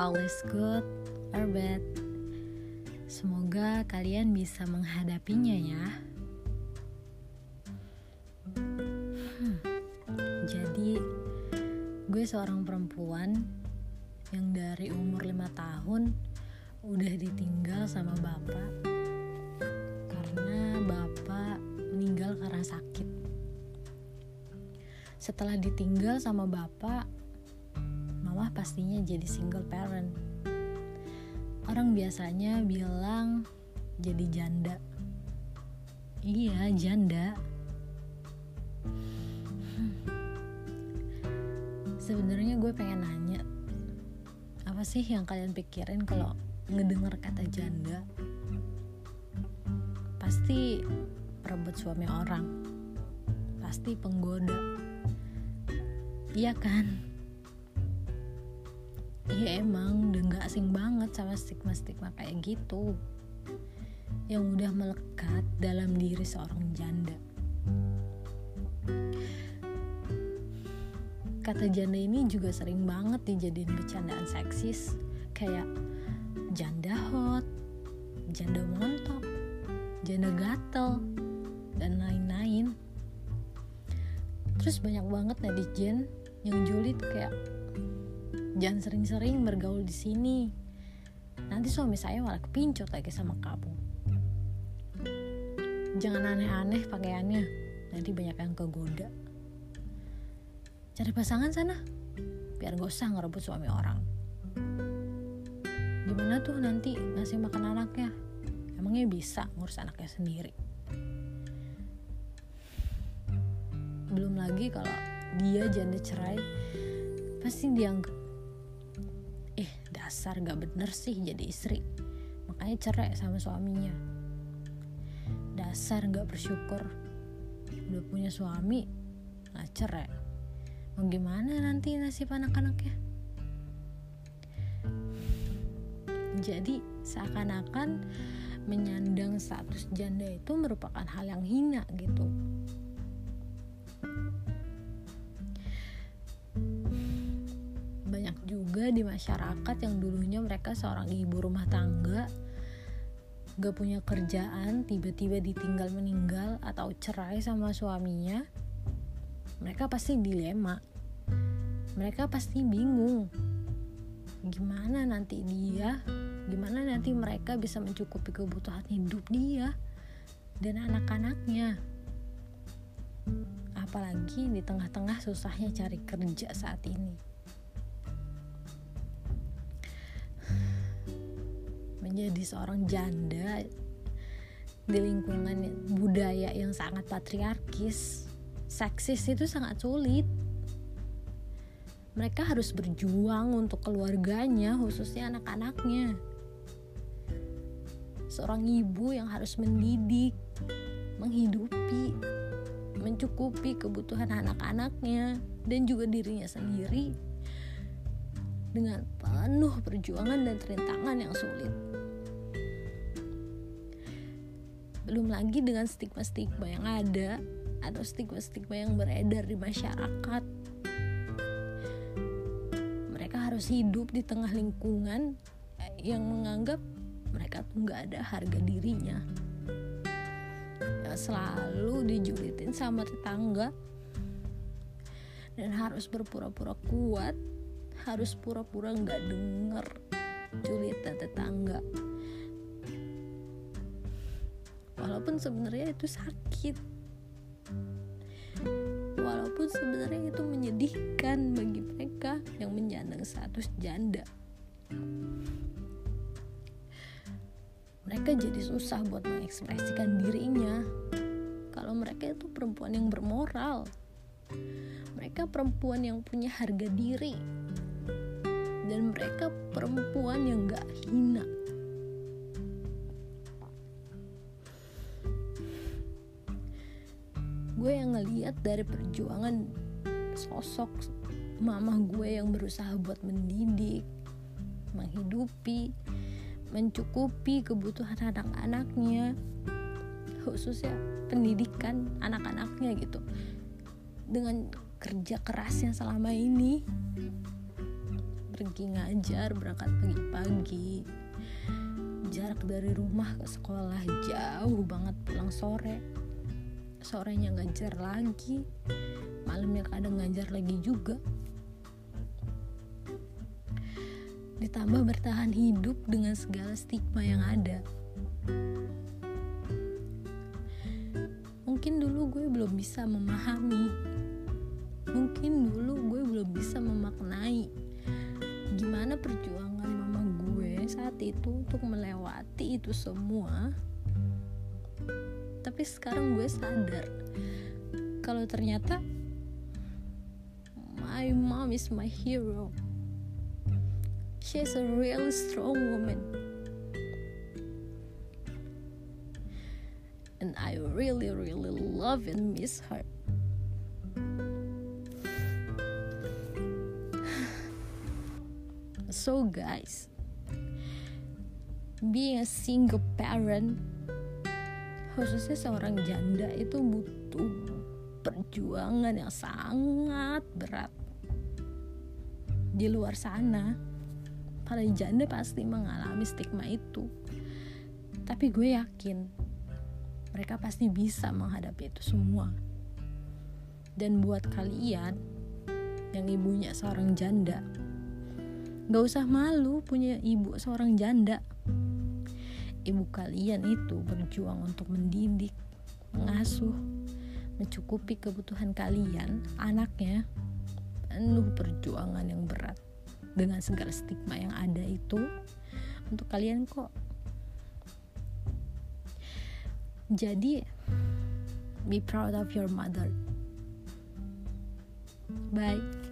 all is good or bad. Semoga kalian bisa menghadapinya ya. Jadi gue seorang perempuan yang dari umur 5 tahun udah ditinggal sama bapak karena bapak meninggal karena sakit. Setelah ditinggal sama bapak, mama pastinya jadi single parent. Orang biasanya bilang jadi janda. Iya, janda. Sebenarnya gue pengen nanya, apa sih yang kalian pikirin kalau ngedenger kata janda? Pasti perebut suami orang, pasti penggoda, iya kan? Iya emang udah gak asing banget sama stigma-stigma kayak gitu yang udah melekat dalam diri seorang janda. Kata janda ini juga sering banget dijadiin bercandaan seksis, kayak janda hot, janda montok, janda gatel, dan lain-lain. Terus banyak banget netizen yang julid kayak, jangan sering-sering bergaul di sini, nanti suami saya malah kepincot lagi sama kamu. Jangan aneh-aneh pakaiannya, nanti banyak yang kegoda. Cari pasangan sana, biar gak usah ngerebut suami orang. Gimana tuh nanti ngasih makan anaknya? Emangnya bisa ngurus anaknya sendiri? Belum lagi kalau dia janda cerai, pasti dianggap dasar gak bener sih jadi istri, makanya cerai sama suaminya. Dasar gak bersyukur, udah punya suami gak cerai. Mau gimana nanti nasib anak-anaknya? Jadi seakan-akan menyandang status janda itu merupakan hal yang hina gitu. Banyak juga di masyarakat yang dulunya mereka seorang ibu rumah tangga, gak punya kerjaan, tiba-tiba ditinggal meninggal atau cerai sama suaminya. Mereka pasti dilema, mereka pasti bingung, gimana nanti mereka bisa mencukupi kebutuhan hidup dia dan anak-anaknya. Apalagi di tengah-tengah susahnya cari kerja saat ini. Menjadi seorang janda di lingkungan budaya yang sangat patriarkis, seksis itu sangat sulit. Mereka harus berjuang untuk keluarganya, khususnya anak-anaknya. Seorang ibu yang harus mendidik, menghidupi, mencukupi kebutuhan anak-anaknya dan juga dirinya sendiri dengan penuh perjuangan dan rintangan yang sulit. Belum lagi dengan stigma-stigma yang ada atau stigma-stigma yang beredar di masyarakat. Mereka harus hidup di tengah lingkungan yang menganggap mereka tuh gak ada harga dirinya, yang selalu dijulitin sama tetangga, dan harus berpura-pura kuat, harus pura-pura gak denger julitan tetangga, walaupun sebenarnya itu sakit, walaupun sebenarnya itu menyedihkan bagi mereka yang menyandang status janda. Mereka jadi susah buat mengekspresikan dirinya kalau mereka itu perempuan yang bermoral, mereka perempuan yang punya harga diri, dan mereka perempuan yang gak hina. Gue yang ngeliat dari perjuangan sosok mama gue yang berusaha buat mendidik, menghidupi, mencukupi kebutuhan anak-anaknya, khususnya pendidikan anak-anaknya gitu, dengan kerja kerasnya selama ini. pergi ngajar, berangkat pagi-pagi, jarak dari rumah ke sekolah jauh banget, pulang sorenya ngajar lagi, malamnya kadang ngajar lagi juga. Ditambah bertahan hidup dengan segala stigma yang ada. Mungkin dulu gue belum bisa memahami, mungkin dulu gue belum bisa memaknai gimana perjuangan mama gue saat itu untuk melewati itu semua. Tapi sekarang gue sadar kalau ternyata my mom is my hero. She's a really strong woman. And I really, really love and miss her. So guys, being a single parent, khususnya seorang janda, itu butuh perjuangan yang sangat berat. Di luar sana, para janda pasti mengalami stigma itu. Tapi gue yakin mereka pasti bisa menghadapi itu semua. Dan buat kalian yang ibunya seorang janda, gak usah malu punya ibu seorang janda. Ibu kalian itu berjuang untuk mendidik, mengasuh, mencukupi kebutuhan kalian, anaknya. Penuh perjuangan yang berat dengan segala stigma yang ada itu untuk kalian kok. Jadi, be proud of your mother. Bye.